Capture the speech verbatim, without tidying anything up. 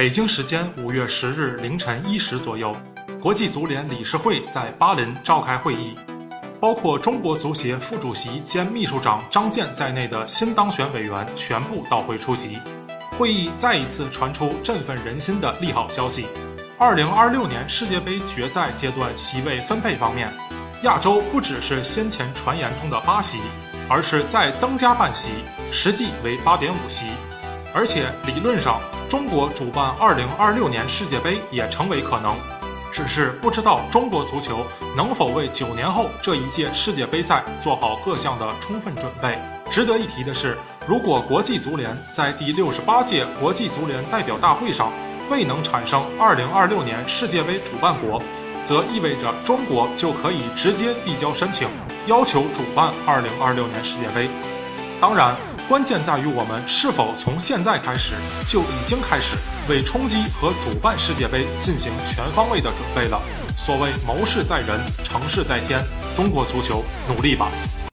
北京时间五月十日凌晨一时左右，国际足联理事会在巴林召开会议，包括中国足协副主席兼秘书长张健在内的新当选委员全部到会出席。会议再一次传出振奋人心的利好消息。二零二六年世界杯决赛阶段席位分配方面，亚洲不只是先前传言中的八席，而是再增加半席，实际为 八点五席。而且理论上，中国主办二零二六年世界杯也成为可能，只是不知道中国足球能否为九年后这一届世界杯赛做好各项的充分准备。值得一提的是，如果国际足联在第六十八届国际足联代表大会上未能产生二零二六年世界杯主办国，则意味着中国就可以直接递交申请，要求主办二零二六年世界杯。当然，关键在于我们是否从现在开始就已经开始为冲击和主办世界杯进行全方位的准备了。所谓谋事在人，成事在天，中国足球努力吧！